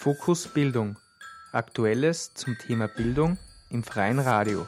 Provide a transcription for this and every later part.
Fokus Bildung. Aktuelles zum Thema Bildung im freien Radio.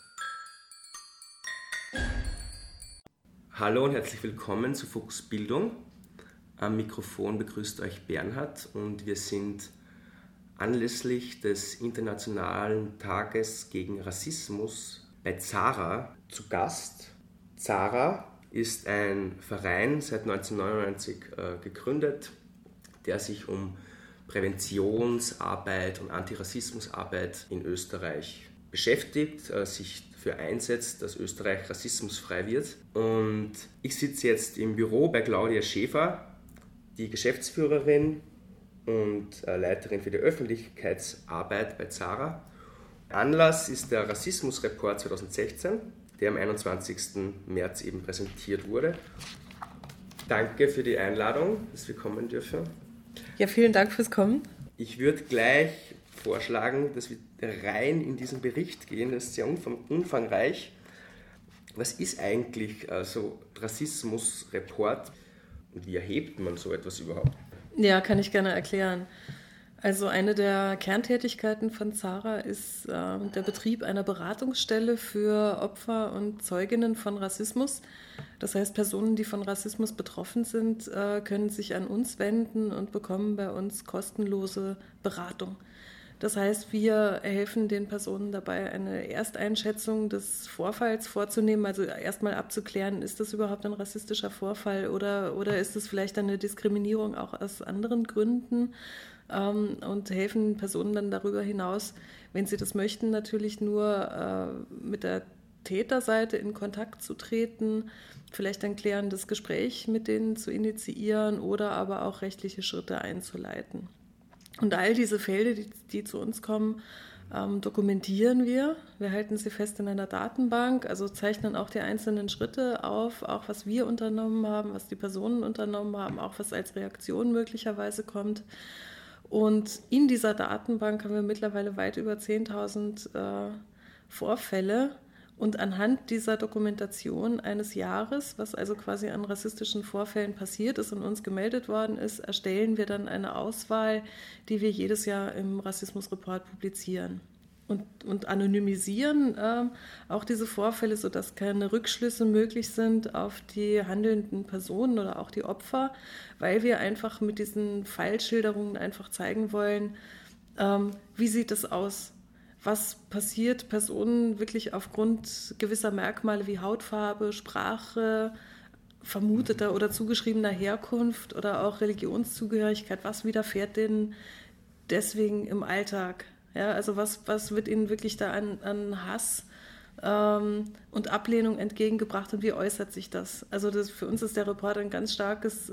Hallo und herzlich willkommen zu Fokus Bildung. Am Mikrofon begrüßt euch Bernhard und wir sind anlässlich des Internationalen Tages gegen Rassismus bei ZARA zu Gast. ZARA ist ein Verein, seit 1999 gegründet, der sich um Präventionsarbeit und Antirassismusarbeit in Österreich beschäftigt, sich dafür einsetzt, dass Österreich rassismusfrei wird. Und ich sitze jetzt im Büro bei Claudia Schäfer, die Geschäftsführerin und Leiterin für die Öffentlichkeitsarbeit bei ZARA. Anlass ist der Rassismusreport 2016, der am 21. März eben präsentiert wurde. Danke für die Einladung, dass wir kommen dürfen. Ja, vielen Dank fürs Kommen. Ich würde gleich vorschlagen, dass wir rein in diesen Bericht gehen. Das ist sehr umfangreich. Was ist eigentlich so Rassismusreport und wie erhebt man so etwas überhaupt? Ja, kann ich gerne erklären. Also eine der Kerntätigkeiten von ZARA ist der Betrieb einer Beratungsstelle für Opfer und Zeuginnen von Rassismus. Das heißt, Personen, die von Rassismus betroffen sind, können sich an uns wenden und bekommen bei uns kostenlose Beratung. Das heißt, wir helfen den Personen dabei, eine Ersteinschätzung des Vorfalls vorzunehmen, also erstmal abzuklären, ist das überhaupt ein rassistischer Vorfall oder ist es vielleicht eine Diskriminierung auch aus anderen Gründen, und helfen Personen dann darüber hinaus, wenn sie das möchten, natürlich nur mit der Täterseite in Kontakt zu treten, vielleicht ein klärendes Gespräch mit denen zu initiieren oder aber auch rechtliche Schritte einzuleiten. Und all diese Fälle, die zu uns kommen, dokumentieren wir. Wir halten sie fest in einer Datenbank, also zeichnen auch die einzelnen Schritte auf, auch was wir unternommen haben, was die Personen unternommen haben, auch was als Reaktion möglicherweise kommt. Und in dieser Datenbank haben wir mittlerweile weit über 10.000 Vorfälle. Und anhand dieser Dokumentation eines Jahres, was also quasi an rassistischen Vorfällen passiert ist und uns gemeldet worden ist, erstellen wir dann eine Auswahl, die wir jedes Jahr im Rassismusreport publizieren. Und anonymisieren auch diese Vorfälle, sodass keine Rückschlüsse möglich sind auf die handelnden Personen oder auch die Opfer, weil wir einfach mit diesen Fallschilderungen einfach zeigen wollen, wie sieht es aus? Was passiert Personen wirklich aufgrund gewisser Merkmale wie Hautfarbe, Sprache, vermuteter oder zugeschriebener Herkunft oder auch Religionszugehörigkeit? Was widerfährt denen deswegen im Alltag? Ja, also was wird ihnen wirklich da an Hass und Ablehnung entgegengebracht und wie äußert sich das? Also für uns ist der Report ein ganz starkes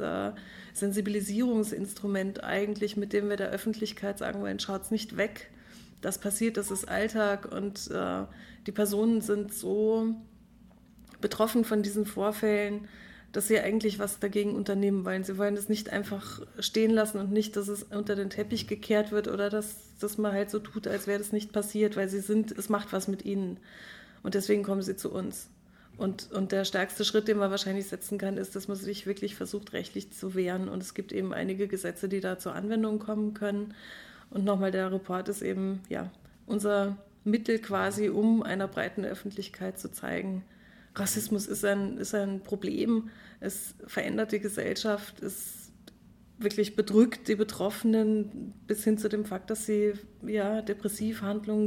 Sensibilisierungsinstrument eigentlich, mit dem wir der Öffentlichkeit sagen wollen, schaut's nicht weg. Das passiert, das ist Alltag und die Personen sind so betroffen von diesen Vorfällen, dass sie eigentlich was dagegen unternehmen wollen. Sie wollen es nicht einfach stehen lassen und nicht, dass es unter den Teppich gekehrt wird oder dass man halt so tut, als wäre das nicht passiert, weil es macht was mit ihnen. Und deswegen kommen sie zu uns. Und der stärkste Schritt, den man wahrscheinlich setzen kann, ist, dass man sich wirklich versucht, rechtlich zu wehren. Und es gibt eben einige Gesetze, die da zur Anwendung kommen können. Und nochmal, der Report ist eben unser Mittel quasi, um einer breiten Öffentlichkeit zu zeigen, Rassismus ist ein Problem, es verändert die Gesellschaft, es wirklich bedrückt die Betroffenen bis hin zu dem Fakt, dass sie depressiv,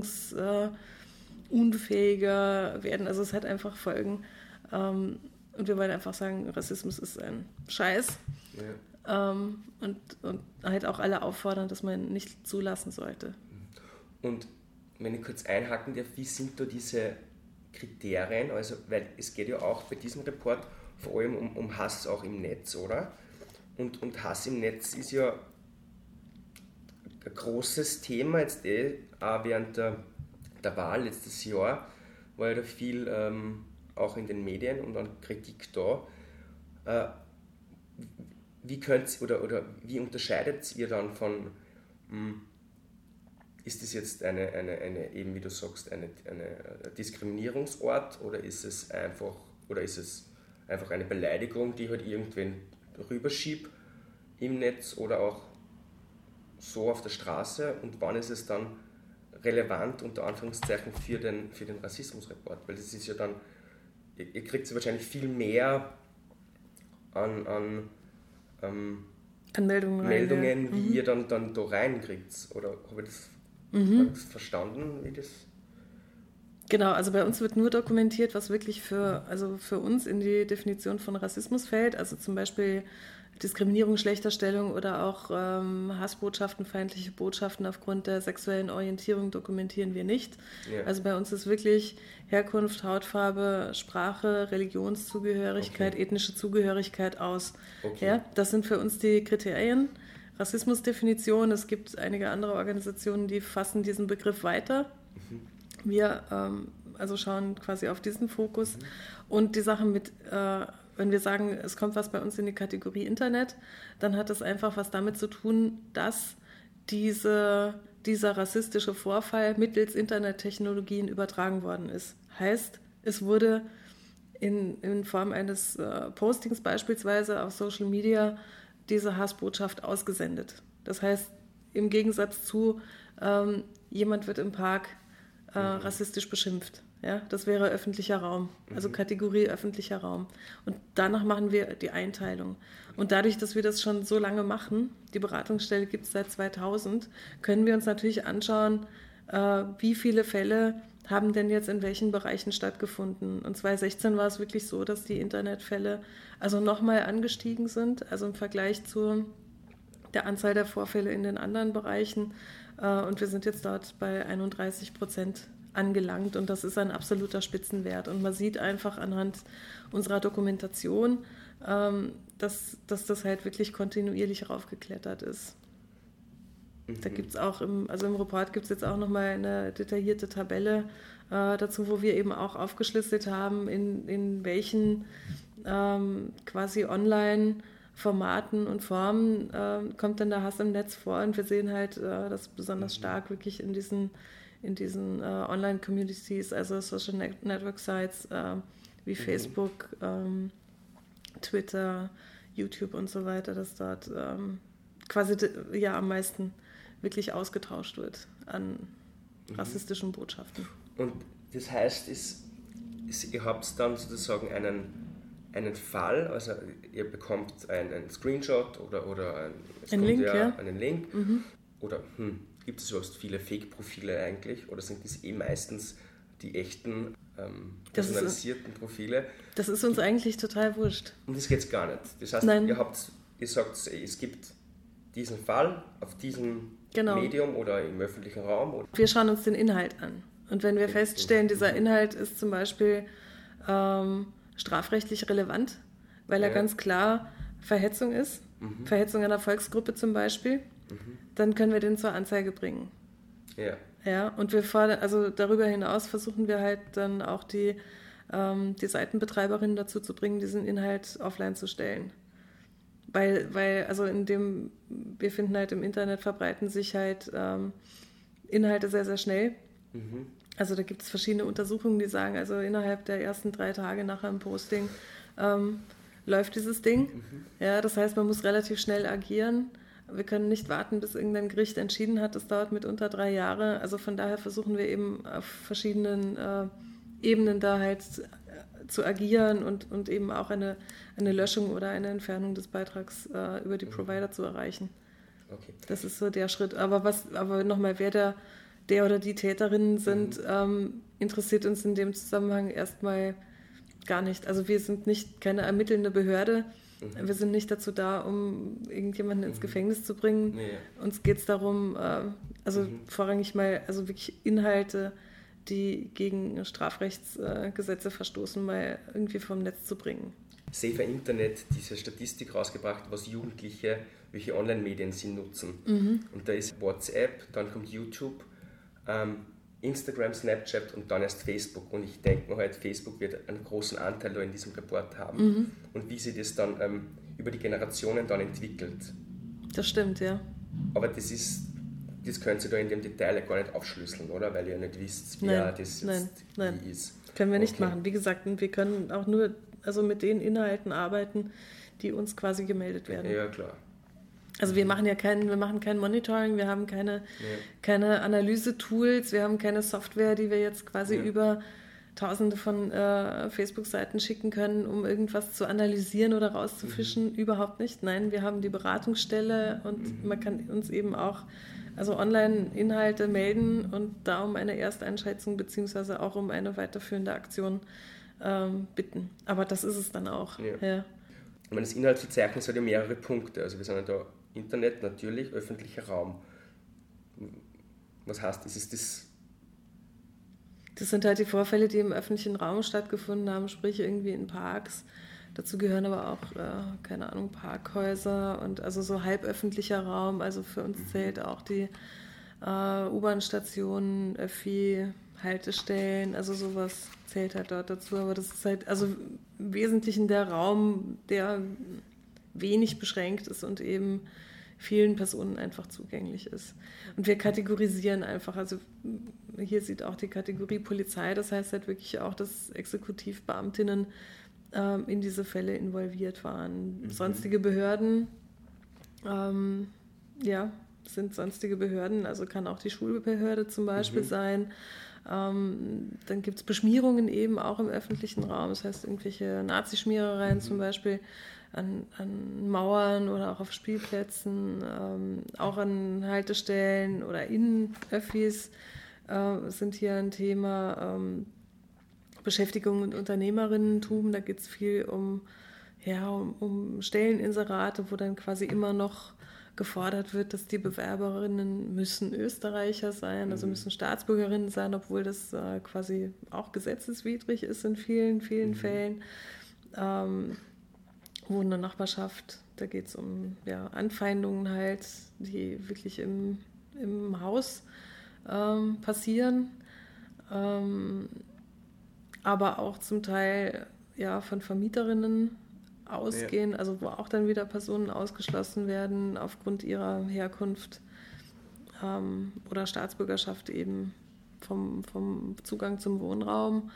handlungsunfähiger werden. Also es hat einfach Folgen. Und wir wollen einfach sagen, Rassismus ist ein Scheiß. Ja. Und halt auch alle auffordern, dass man ihn nicht zulassen sollte. Und wenn ich kurz einhaken darf, wie sind da diese Kriterien, also weil es geht ja auch bei diesem Report vor allem um Hass auch im Netz, oder? Und Hass im Netz ist ja ein großes Thema, jetzt auch während der Wahl letztes Jahr war ja da viel auch in den Medien und an Kritik da. Wie könnt oder wie unterscheidet ihr dann von ist das jetzt eine eben wie du sagst, eine Diskriminierungsort oder ist es einfach eine Beleidigung, die halt irgendwen rüberschiebt im Netz oder auch so auf der Straße und wann ist es dann relevant, unter Anführungszeichen, für den Rassismusreport? Weil das ist ja dann, ihr kriegt ja wahrscheinlich viel mehr an Meldungen, wie ihr dann da reinkriegt. Oder habe ich das verstanden, wie das... Genau, also bei uns wird nur dokumentiert, was wirklich für uns in die Definition von Rassismus fällt. Also zum Beispiel Diskriminierung, Schlechterstellung oder auch Hassbotschaften, feindliche Botschaften aufgrund der sexuellen Orientierung dokumentieren wir nicht. Ja. Also bei uns ist wirklich Herkunft, Hautfarbe, Sprache, Religionszugehörigkeit, ethnische Zugehörigkeit aus. Okay. Ja, das sind für uns die Kriterien. Rassismusdefinition, es gibt einige andere Organisationen, die fassen diesen Begriff weiter. Wir schauen quasi auf diesen Fokus. Und die Sache mit, wenn wir sagen, es kommt was bei uns in die Kategorie Internet, dann hat es einfach was damit zu tun, dass dieser rassistische Vorfall mittels Internettechnologien übertragen worden ist. Heißt, es wurde in Form eines Postings beispielsweise auf Social Media diese Hassbotschaft ausgesendet. Das heißt, im Gegensatz zu jemand wird im Park rassistisch beschimpft. Ja? Das wäre öffentlicher Raum, also Kategorie öffentlicher Raum. Und danach machen wir die Einteilung. Und dadurch, dass wir das schon so lange machen, die Beratungsstelle gibt es seit 2000, können wir uns natürlich anschauen, wie viele Fälle haben denn jetzt in welchen Bereichen stattgefunden. Und 2016 war es wirklich so, dass die Internetfälle also nochmal angestiegen sind, also im Vergleich zu der Anzahl der Vorfälle in den anderen Bereichen. Und wir sind jetzt dort bei 31% angelangt und das ist ein absoluter Spitzenwert. Und man sieht einfach anhand unserer Dokumentation, dass das halt wirklich kontinuierlich raufgeklettert ist. Da gibt es auch im Report gibt es jetzt auch nochmal eine detaillierte Tabelle dazu, wo wir eben auch aufgeschlüsselt haben, in welchen quasi Online-Formaten und Formen kommt denn der Hass im Netz vor. Und wir sehen halt, dass besonders stark wirklich in diesen Online-Communities, also Social Network Sites wie Facebook, Twitter, YouTube und so weiter, dass dort quasi am meisten wirklich ausgetauscht wird an rassistischen Botschaften. Und das heißt, ihr habt dann sozusagen einen Fall, also ihr bekommt einen Screenshot oder einen Link oder gibt es überhaupt viele Fake-Profile eigentlich oder sind das meistens die echten personalisierten Profile? Das ist uns eigentlich total wurscht. Und das geht es gar nicht. Das heißt, ihr sagt, es gibt diesen Fall auf diesem Medium oder im öffentlichen Raum. Wir schauen uns den Inhalt an. Und wenn wir feststellen, dieser Inhalt ist zum Beispiel strafrechtlich relevant, weil er ganz klar Verhetzung ist, Verhetzung einer Volksgruppe zum Beispiel, dann können wir den zur Anzeige bringen. Ja. Ja, und wir fordern, also darüber hinaus versuchen wir halt dann auch die Seitenbetreiberinnen dazu zu bringen, diesen Inhalt offline zu stellen. Weil wir finden halt im Internet verbreiten sich halt Inhalte sehr, sehr schnell. Also da gibt es verschiedene Untersuchungen, die sagen, also innerhalb der ersten 3 Tage nach einem Posting läuft dieses Ding. Ja, das heißt, man muss relativ schnell agieren. Wir können nicht warten, bis irgendein Gericht entschieden hat. Das dauert mitunter 3 Jahre. Also von daher versuchen wir eben auf verschiedenen Ebenen da halt zu agieren und eben auch eine Löschung oder eine Entfernung des Beitrags über die Provider zu erreichen. Okay. Das ist so der Schritt. Aber nochmal, wer der oder die Täterinnen sind, interessiert uns in dem Zusammenhang erstmal gar nicht. Also wir sind keine ermittelnde Behörde. Wir sind nicht dazu da, um irgendjemanden ins Gefängnis zu bringen. Nee. Uns geht es darum, vorrangig mal, also wirklich Inhalte, die gegen Strafrechtsgesetze verstoßen, mal irgendwie vom Netz zu bringen. Safer Internet, diese Statistik rausgebracht, was Jugendliche, welche Online-Medien sie nutzen. Und da ist WhatsApp, dann kommt YouTube, Instagram, Snapchat und dann erst Facebook. Und ich denke mir halt, Facebook wird einen großen Anteil da in diesem Report haben. Und wie sich das dann über die Generationen dann entwickelt. Das stimmt, ja. Aber das könnt ihr da in dem Detail gar nicht aufschlüsseln, oder? Weil ihr nicht wisst, wer das jetzt ist. Können wir nicht machen. Wie gesagt, wir können auch nur mit den Inhalten arbeiten, die uns quasi gemeldet werden. Ja, klar. Also wir machen kein Monitoring, wir haben keine Analyse-Tools, wir haben keine Software, die wir jetzt quasi über Tausende von Facebook-Seiten schicken können, um irgendwas zu analysieren oder rauszufischen. Überhaupt nicht. Nein, wir haben die Beratungsstelle und man kann uns eben auch Online-Inhalte melden und da um eine Ersteinschätzung beziehungsweise auch um eine weiterführende Aktion bitten. Aber das ist es dann auch. Ja. Ich meine, das Inhaltsverzeichnis hat ja mehrere Punkte. Also wir sind ja da Internet natürlich, öffentlicher Raum. Was heißt das? Ist das? Das sind halt die Vorfälle, die im öffentlichen Raum stattgefunden haben, sprich irgendwie in Parks. Dazu gehören aber auch, keine Ahnung, Parkhäuser und also so halböffentlicher Raum. Also für uns zählt auch die U-Bahn-Stationen, Haltestellen, also sowas zählt halt dort dazu. Aber das ist halt also im Wesentlichen der Raum, der wenig beschränkt ist und eben vielen Personen einfach zugänglich ist. Und wir kategorisieren einfach, also hier sieht auch die Kategorie Polizei, das heißt halt wirklich auch, dass Exekutivbeamtinnen in diese Fälle involviert waren. Sonstige Behörden, sind sonstige Behörden, also kann auch die Schulbehörde zum Beispiel sein. Dann gibt es Beschmierungen eben auch im öffentlichen Raum, das heißt irgendwelche Nazischmierereien zum Beispiel an Mauern oder auch auf Spielplätzen, auch an Haltestellen oder in Öffis sind hier ein Thema. Beschäftigung und Unternehmerinnentum, da geht es viel um Stelleninserate, wo dann quasi immer noch gefordert wird, dass die Bewerberinnen müssen Österreicher sein, also müssen Staatsbürgerinnen sein, obwohl das quasi auch gesetzeswidrig ist in vielen, vielen Fällen. Wohnen in der Nachbarschaft, da geht es um Anfeindungen halt, die wirklich im Haus passieren. Aber auch zum Teil von Vermieterinnen ausgehen, also wo auch dann wieder Personen ausgeschlossen werden aufgrund ihrer Herkunft oder Staatsbürgerschaft eben vom Zugang zum Wohnraum.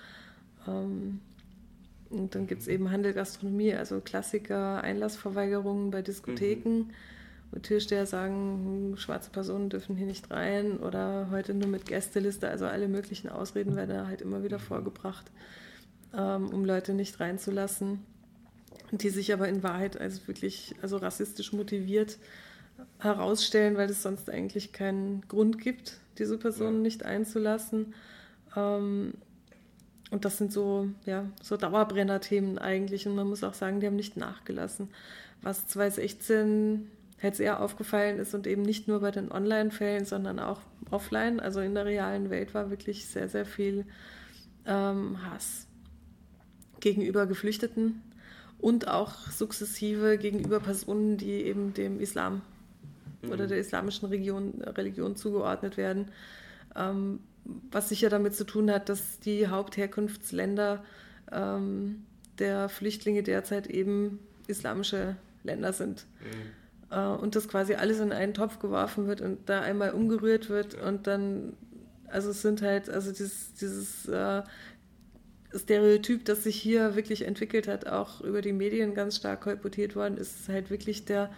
Und dann gibt es eben Handel, Gastronomie, also Klassiker, Einlassverweigerungen bei Diskotheken, wo Türsteher sagen, schwarze Personen dürfen hier nicht rein oder heute nur mit Gästeliste, also alle möglichen Ausreden werden da halt immer wieder vorgebracht, um Leute nicht reinzulassen, die sich aber in Wahrheit als wirklich rassistisch motiviert herausstellen, weil es sonst eigentlich keinen Grund gibt, diese Personen nicht einzulassen. Und das sind so Dauerbrenner-Themen eigentlich. Und man muss auch sagen, die haben nicht nachgelassen. Was 2016 halt sehr aufgefallen ist und eben nicht nur bei den Online-Fällen, sondern auch offline, also in der realen Welt war wirklich sehr, sehr viel Hass gegenüber Geflüchteten und auch sukzessive gegenüber Personen, die eben dem Islam oder der islamischen Religion zugeordnet werden, was sicher damit zu tun hat, dass die Hauptherkunftsländer der Flüchtlinge derzeit eben islamische Länder sind. Und das quasi alles in einen Topf geworfen wird und da einmal umgerührt wird und dann, also es sind halt, also dieses Stereotyp, das sich hier wirklich entwickelt hat, auch über die Medien ganz stark kolportiert worden, ist halt wirklich der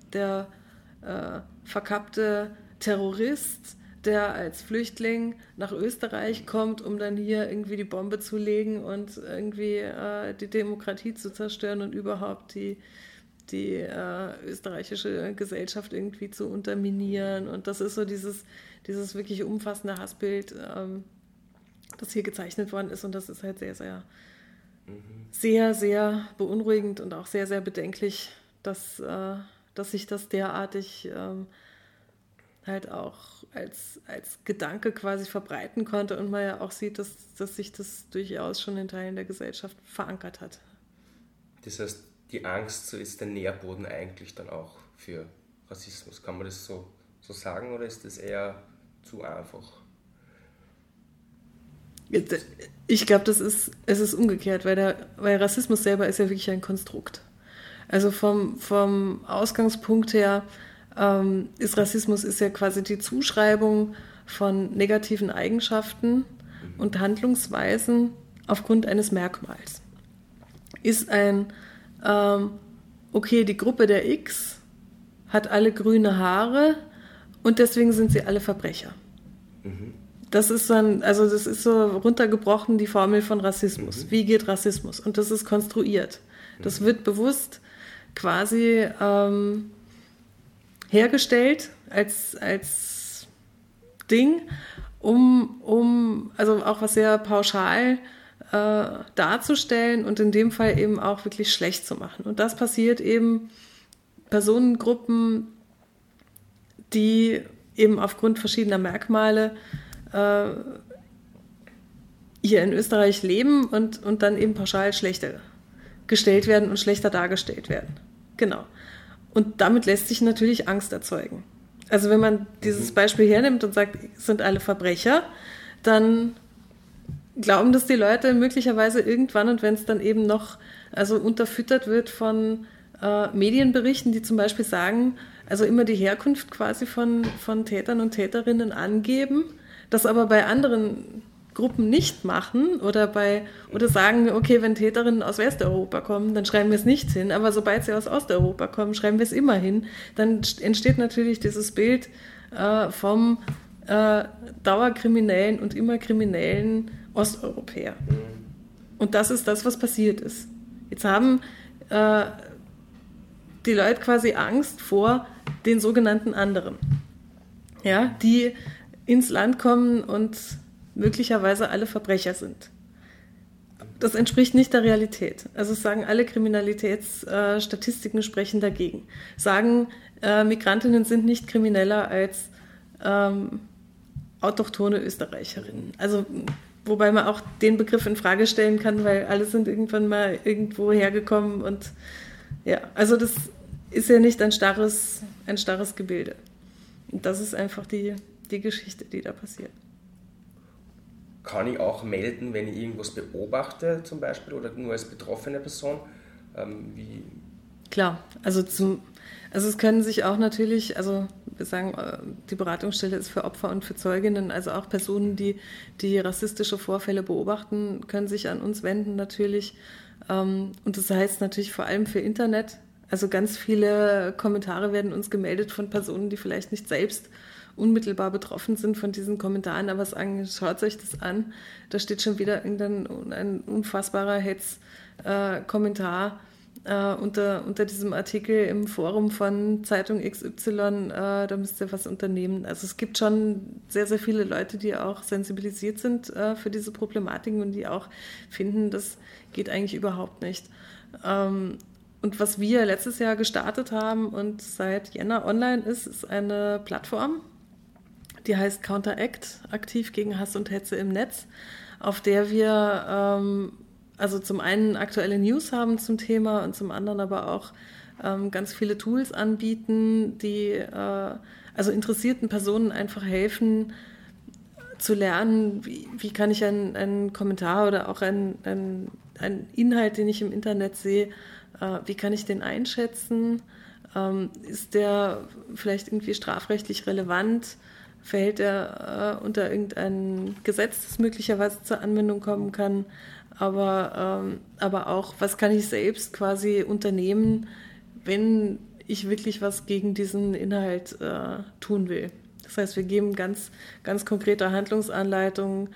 verkappte Terrorist, der als Flüchtling nach Österreich kommt, um dann hier irgendwie die Bombe zu legen und irgendwie die Demokratie zu zerstören und überhaupt die österreichische Gesellschaft irgendwie zu unterminieren. Und das ist so dieses wirklich umfassende Hassbild, das hier gezeichnet worden ist. Und das ist halt sehr, sehr, sehr, sehr beunruhigend und auch sehr, sehr bedenklich, dass sich das derartig halt auch als Gedanke quasi verbreiten konnte und man ja auch sieht, dass sich das durchaus schon in Teilen der Gesellschaft verankert hat. Das heißt, die Angst ist der Nährboden eigentlich dann auch für Rassismus. Kann man das so sagen oder ist das eher zu einfach? Ich glaube, es ist umgekehrt, weil Rassismus selber ist ja wirklich ein Konstrukt. Also vom Ausgangspunkt her ist Rassismus ja quasi die Zuschreibung von negativen Eigenschaften und Handlungsweisen aufgrund eines Merkmals. Ist die Gruppe der X hat alle grüne Haare und deswegen sind sie alle Verbrecher. Das ist dann, also das ist so runtergebrochen die Formel von Rassismus. Wie geht Rassismus? Und das ist konstruiert. Das wird bewusst quasi hergestellt als Ding, um also auch was sehr pauschal darzustellen und in dem Fall eben auch wirklich schlecht zu machen. Und das passiert eben Personengruppen, die eben aufgrund verschiedener Merkmale hier in Österreich leben und dann eben pauschal schlechter gestellt werden und schlechter dargestellt werden. Genau. Und damit lässt sich natürlich Angst erzeugen. Also wenn man dieses Beispiel hernimmt und sagt, es sind alle Verbrecher, dann glauben das die Leute möglicherweise irgendwann, und wenn es dann eben noch unterfüttert wird von Medienberichten, die zum Beispiel sagen, also immer die Herkunft quasi von Tätern und Täterinnen angeben, das aber bei anderen Gruppen nicht machen oder sagen, okay, wenn Täterinnen aus Westeuropa kommen, dann schreiben wir es nicht hin, aber sobald sie aus Osteuropa kommen, schreiben wir es immer hin, dann entsteht natürlich dieses Bild vom dauerkriminellen und immer kriminellen Osteuropäer. Und das ist das, was passiert ist. Jetzt haben die Leute quasi Angst vor den sogenannten anderen, ja, die ins Land kommen und möglicherweise alle Verbrecher sind. Das entspricht nicht der Realität. Also es sagen alle Kriminalitätsstatistiken sprechen dagegen. Sagen, Migrantinnen sind nicht krimineller als autochthone Österreicherinnen. Also wobei man auch den Begriff in Frage stellen kann, weil alle sind irgendwann mal irgendwo hergekommen und ja, also das ist ja nicht ein starres Gebilde. Und das ist einfach die Geschichte, die da passiert. Kann ich auch melden, wenn ich irgendwas beobachte zum Beispiel oder nur als betroffene Person? Klar, also es können sich auch natürlich, also wir sagen, die Beratungsstelle ist für Opfer und für Zeuginnen, also auch Personen, die rassistische Vorfälle beobachten, können sich an uns wenden natürlich. Und das heißt natürlich vor allem für Internet. Also ganz viele Kommentare werden uns gemeldet von Personen, die vielleicht nicht selbst unmittelbar betroffen sind von diesen Kommentaren, aber sagen, schaut euch das an, da steht schon wieder ein unfassbarer Hetz-Kommentar unter diesem Artikel im Forum von Zeitung XY, da müsst ihr was unternehmen. Also es gibt schon sehr, sehr viele Leute, die auch sensibilisiert sind für diese Problematiken und die auch finden, das geht eigentlich überhaupt nicht. Und was wir letztes Jahr gestartet haben und seit Jänner online ist eine Plattform, die heißt Counteract, aktiv gegen Hass und Hetze im Netz, auf der wir also zum einen aktuelle News haben zum Thema und zum anderen aber auch ganz viele Tools anbieten, die also interessierten Personen einfach helfen zu lernen, wie kann ich einen Kommentar oder auch einen Inhalt, den ich im Internet sehe, wie kann ich den einschätzen? Ist der vielleicht irgendwie strafrechtlich relevant? Verhält er unter irgendein Gesetz, das möglicherweise zur Anwendung kommen kann? Aber auch, was kann ich selbst quasi unternehmen, wenn ich wirklich was gegen diesen Inhalt tun will? Das heißt, wir geben ganz, ganz konkrete Handlungsanleitungen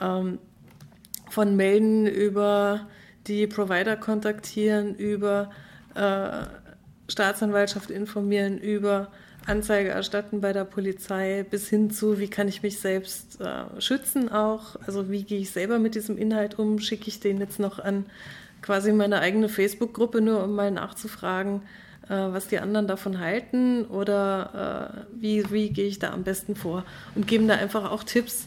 von Melden über die Provider kontaktieren, über Staatsanwaltschaft informieren, über Anzeige erstatten bei der Polizei, bis hin zu, wie kann ich mich selbst schützen auch, also wie gehe ich selber mit diesem Inhalt um, schicke ich den jetzt noch an quasi meine eigene Facebook-Gruppe, nur um mal nachzufragen, was die anderen davon halten oder wie gehe ich da am besten vor und geben da einfach auch Tipps,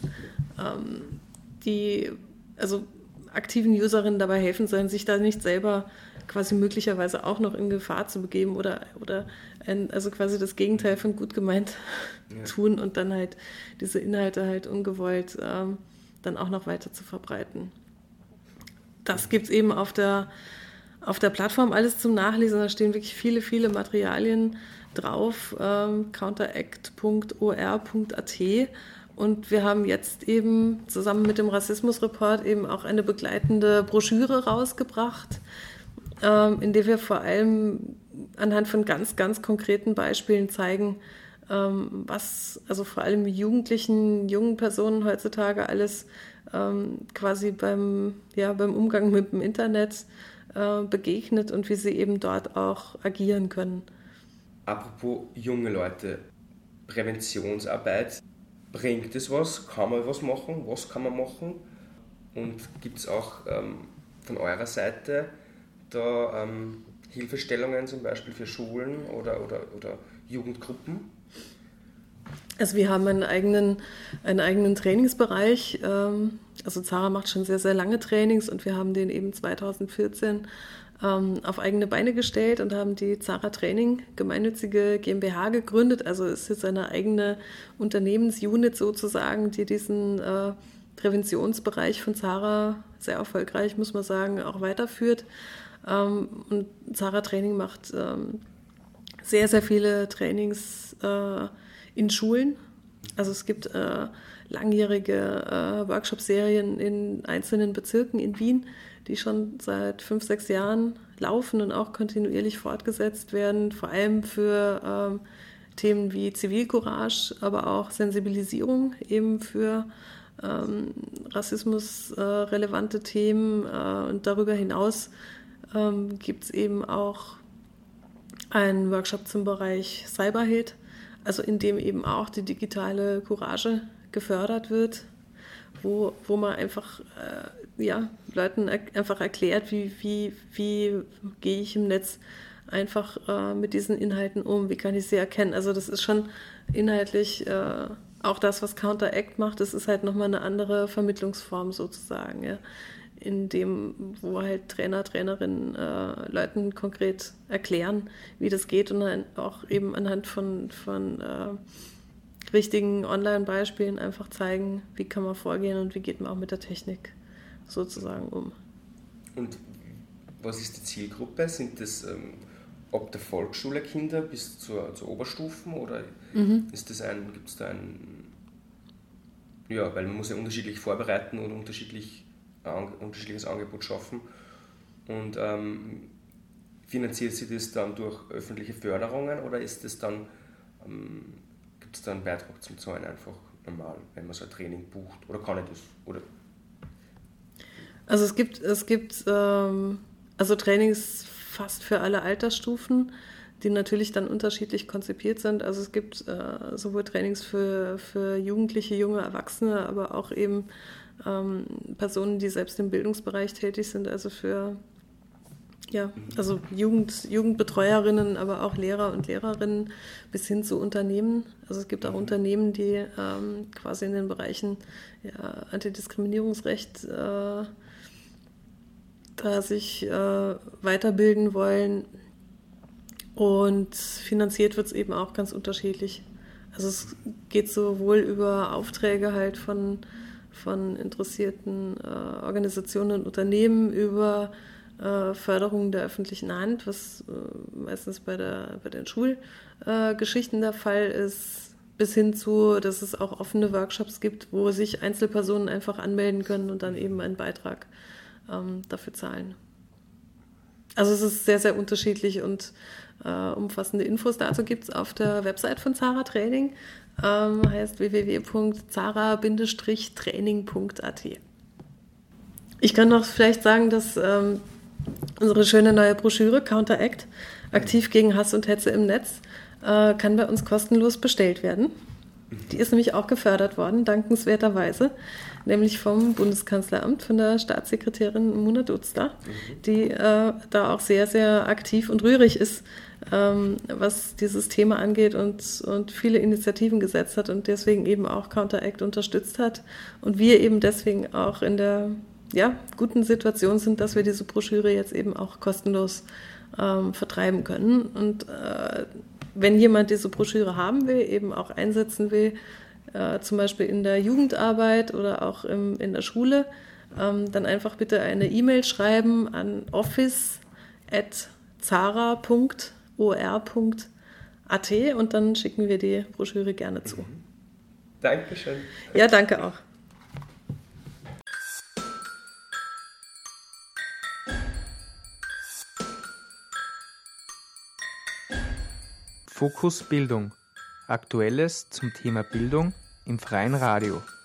die also aktiven Userinnen dabei helfen sollen, sich da nicht selber quasi möglicherweise auch noch in Gefahr zu begeben oder also quasi das Gegenteil von gut gemeint tun und dann halt diese Inhalte halt ungewollt dann auch noch weiter zu verbreiten. Das gibt es eben auf der Plattform alles zum Nachlesen. Da stehen wirklich viele, viele Materialien drauf, counteract.or.at. Und wir haben jetzt eben zusammen mit dem Rassismusreport eben auch eine begleitende Broschüre rausgebracht, in der wir vor allem anhand von ganz, ganz konkreten Beispielen zeigen, was also vor allem jungen Personen heutzutage alles quasi beim Umgang mit dem Internet begegnet und wie sie eben dort auch agieren können. Apropos junge Leute, Präventionsarbeit, bringt es was? Kann man was machen? Was kann man machen? Und gibt es auch von eurer Seite da Hilfestellungen zum Beispiel für Schulen oder Jugendgruppen? Also wir haben einen eigenen Trainingsbereich. Also Zara macht schon sehr, sehr lange Trainings und wir haben den eben 2014 auf eigene Beine gestellt und haben die Zara Training gemeinnützige GmbH gegründet. Also es ist jetzt eine eigene Unternehmensunit sozusagen, die diesen Präventionsbereich von Zara sehr erfolgreich, muss man sagen, auch weiterführt. Und Zara Training macht sehr, sehr viele Trainings in Schulen. Also es gibt langjährige Workshop-Serien in einzelnen Bezirken in Wien, die schon seit 5, 6 Jahren laufen und auch kontinuierlich fortgesetzt werden, vor allem für Themen wie Zivilcourage, aber auch Sensibilisierung eben für rassismusrelevante Themen. Und darüber hinaus gibt es eben auch einen Workshop zum Bereich Cyberhate, also in dem eben auch die digitale Courage gefördert wird, wo man einfach Leuten einfach erklärt, wie gehe ich im Netz einfach mit diesen Inhalten um, wie kann ich sie erkennen. Also das ist schon inhaltlich auch das, was Counteract macht, das ist halt nochmal eine andere Vermittlungsform sozusagen, ja, in dem, wo halt Trainer, Trainerinnen Leuten konkret erklären, wie das geht und dann auch eben anhand von richtigen Online-Beispielen einfach zeigen, wie kann man vorgehen und wie geht man auch mit der Technik sozusagen um. Und was ist die Zielgruppe? Sind das ab der Volksschule Kinder bis zur Oberstufen oder gibt es da weil man muss ja unterschiedlich vorbereiten und unterschiedliches Angebot schaffen und finanziert sich das dann durch öffentliche Förderungen oder ist das dann gibt es da einen Beitrag zum Zahlen einfach normal, wenn man so ein Training bucht oder kann ich das? Oder? Also es gibt Trainings fast für alle Altersstufen, die natürlich dann unterschiedlich konzipiert sind. Also es gibt sowohl Trainings für Jugendliche, junge Erwachsene, aber auch eben Personen, die selbst im Bildungsbereich tätig sind, also für Jugendbetreuerinnen, aber auch Lehrer und Lehrerinnen bis hin zu Unternehmen. Also es gibt auch Unternehmen, die quasi in den Bereichen Antidiskriminierungsrecht da sich weiterbilden wollen. Und finanziert wird es eben auch ganz unterschiedlich. Also es geht sowohl über Aufträge halt von interessierten Organisationen und Unternehmen über Förderung der öffentlichen Hand, was meistens bei den Schulgeschichten der Fall ist, bis hin zu, dass es auch offene Workshops gibt, wo sich Einzelpersonen einfach anmelden können und dann eben einen Beitrag dafür zahlen. Also es ist sehr, sehr unterschiedlich und umfassende Infos dazu gibt es auf der Website von Zara Training, heißt www.zara-training.at. Ich kann noch vielleicht sagen, dass unsere schöne neue Broschüre Counteract, aktiv gegen Hass und Hetze im Netz, kann bei uns kostenlos bestellt werden. Die ist nämlich auch gefördert worden, dankenswerterweise, nämlich vom Bundeskanzleramt, von der Staatssekretärin Muna Duzda, die da auch sehr, sehr aktiv und rührig ist, was dieses Thema angeht und viele Initiativen gesetzt hat und deswegen eben auch Counteract unterstützt hat. Und wir eben deswegen auch in der guten Situation sind, dass wir diese Broschüre jetzt eben auch kostenlos vertreiben können. Und wenn jemand diese Broschüre haben will, eben auch einsetzen will, zum Beispiel in der Jugendarbeit oder auch in der Schule, dann einfach bitte eine E-Mail schreiben an office@zara.or.at und dann schicken wir die Broschüre gerne zu. Dankeschön. Ja, danke auch. Fokus Bildung. Aktuelles zum Thema Bildung im freien Radio.